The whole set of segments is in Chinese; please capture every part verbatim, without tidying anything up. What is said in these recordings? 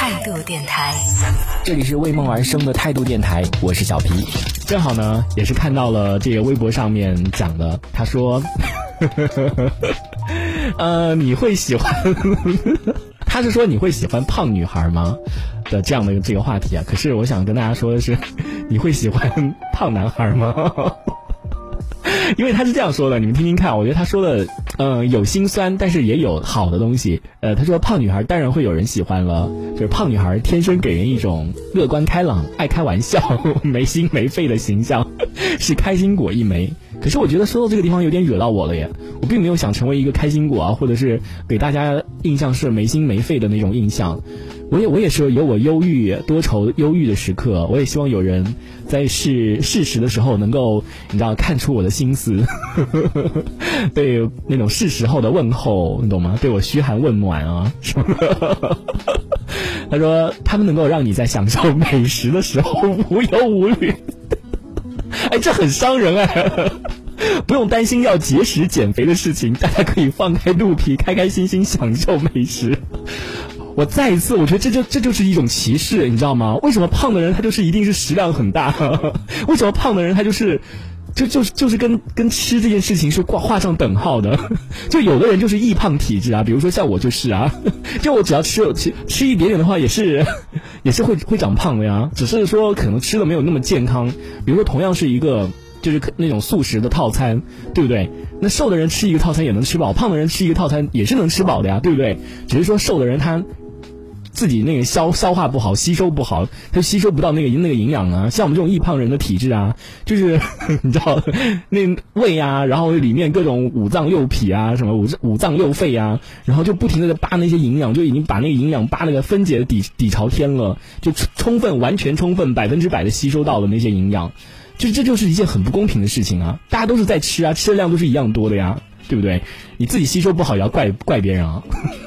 态度电台， 这里是为梦而生的态度电台，我是小皮。正好呢，也是看到了这个微博上面讲的，他说，呃，你会喜欢，他是说你会喜欢胖女孩吗？的这样的这个话题啊。可是我想跟大家说的是，你会喜欢胖男孩吗？因为他是这样说的，你们听听看，我觉得他说的，嗯、呃，有心酸，但是也有好的东西。呃，他说胖女孩当然会有人喜欢了，就是胖女孩天生给人一种乐观开朗、爱开玩笑、没心没肺的形象，是开心果一枚。可是我觉得说到这个地方有点惹到我了耶，我并没有想成为一个开心果啊，或者是给大家印象是没心没肺的那种印象。我也我也是有我忧郁多愁忧郁的时刻，我也希望有人在适适时的时候能够你知道看出我的心思，对那种是时候的问候，你懂吗？对我嘘寒问暖啊什么的。他说他们能够让你在享受美食的时候无忧无虑。哎，这很伤人哎。不用担心要节食减肥的事情，大家可以放开肚皮，开开心心享受美食。我再一次，我觉得这就这就是一种歧视，你知道吗？为什么胖的人他就是一定是食量很大？为什么胖的人他就是就就是就是跟跟吃这件事情是挂画上等号的？就有的人就是易胖体质啊，比如说像我就是啊，就我只要吃吃吃一点点的话，也是也是会会长胖的呀，只是说可能吃的没有那么健康。比如说同样是一个就是那种素食的套餐，对不对？那瘦的人吃一个套餐也能吃饱，胖的人吃一个套餐也是能吃饱的呀，对不对？只是说瘦的人他自己那个消消化不好，吸收不好，他吸收不到那个那个营养啊。像我们这种易胖人的体质啊，就是你知道那胃啊，然后里面各种五脏六脾啊，什么五五脏六肺啊，然后就不停的扒那些营养，就已经把那个营养扒那个分解的底底朝天了，就充分完全充分百分之百的吸收到了那些营养。就这就是一件很不公平的事情啊！大家都是在吃啊，吃的量都是一样多的呀，对不对？你自己吸收不好也要怪怪别人啊。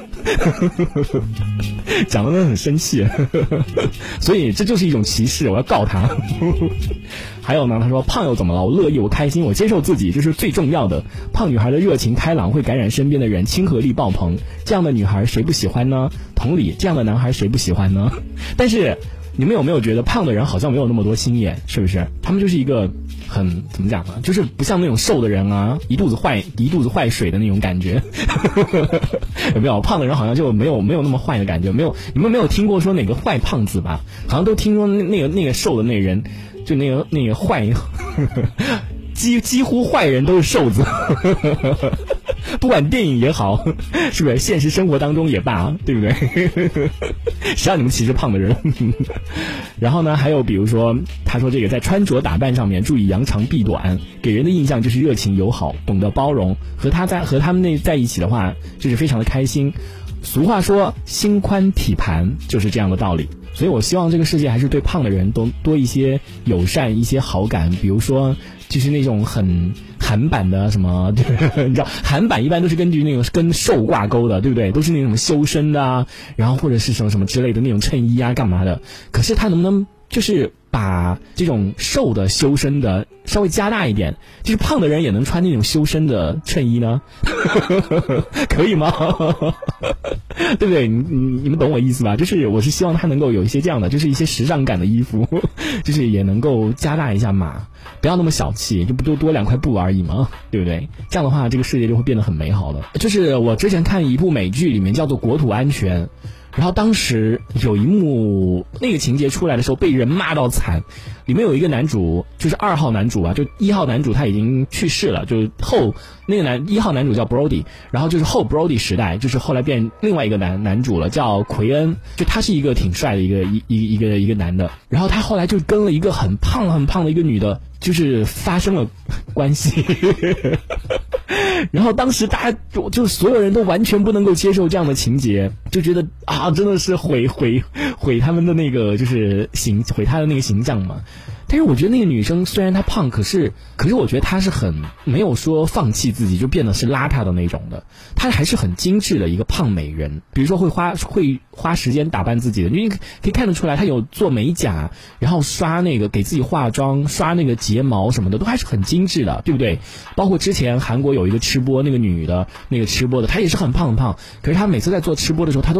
讲的真的很生气。所以这就是一种歧视，我要告他。还有呢，他说胖又怎么了？我乐意，我开心，我接受自己，这是最重要的。胖女孩的热情开朗会感染身边的人，亲和力爆棚，这样的女孩谁不喜欢呢？同理，这样的男孩谁不喜欢呢？但是你们有没有觉得胖的人好像没有那么多心眼，是不是？他们就是一个很怎么讲呢？就是不像那种瘦的人啊，一肚子坏一肚子坏水的那种感觉。有没有？胖的人好像就没有没有那么坏的感觉。没有，你们没有听过说哪个坏胖子吧？好像都听说那那个那个瘦的那人，就那个那个坏，几几乎坏人都是瘦子。不管电影也好，是不是现实生活当中也罢，对不对？谁让你们歧视胖的人？然后呢，还有比如说，他说这个在穿着打扮上面注意扬长避短，给人的印象就是热情友好，懂得包容，和他在和他们那在一起的话，就是非常的开心。俗话说心宽体盘，就是这样的道理。所以我希望这个世界还是对胖的人都多一些友善，一些好感。比如说就是那种很韩版的什么，你知道韩版一般都是根据那种跟瘦挂钩的，对不对？都是那种什么修身的啊，然后或者是什么什么之类的那种衬衣啊干嘛的。可是他能不能就是把这种瘦的修身的稍微加大一点，就是胖的人也能穿那种修身的衬衣呢？可以吗？对不对？你你你们懂我意思吧？就是我是希望他能够有一些这样的，就是一些时尚感的衣服，就是也能够加大一下码，不要那么小气，就不多多两块布而已嘛，对不对？这样的话，这个世界就会变得很美好的。就是我之前看一部美剧，里面叫做《国土安全》。然后当时有一幕那个情节出来的时候被人骂到惨，里面有一个男主就是二号男主啊，就一号男主他已经去世了，就是后那个男一号男主叫 Brody， 然后就是后 Brody 时代，就是后来变另外一个男男主了，叫奎恩，就他是一个挺帅的一个一一一个一个男的，然后他后来就跟了一个很胖很胖的一个女的，就是发生了关系。然后当时大家就就所有人都完全不能够接受这样的情节，就觉得啊，真的是毁毁毁他们的那个就是形毁他的那个形象嘛。但是我觉得那个女生虽然她胖，可是可是我觉得她是很没有说放弃自己就变得是邋遢的那种的，她还是很精致的一个胖美人。比如说会花会花时间打扮自己的，因为可以看得出来她有做美甲，然后刷那个给自己化妆，刷那个睫毛什么的，都还是很精致的，对不对？包括之前韩国有一个吃播，那个女的那个吃播的，她也是很胖很胖，可是她每次在做吃播的时候，她都是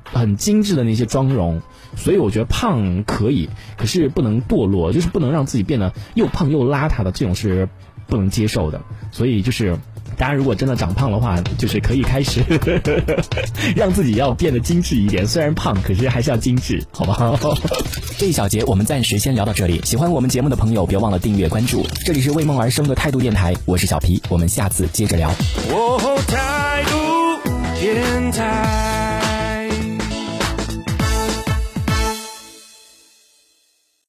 很精致的那些妆容，所以我觉得胖可以，可是不能堕落，就是不能让自己变得又胖又邋遢的，这种是不能接受的。所以就是大家如果真的长胖的话，就是可以开始让自己要变得精致一点，虽然胖，可是还是要精致，好不好？ 这一小节我们暂时先聊到这里，喜欢我们节目的朋友别忘了订阅关注，这里是为梦而生的态度电台，我是小皮，我们下次接着聊。 哦，态度电台。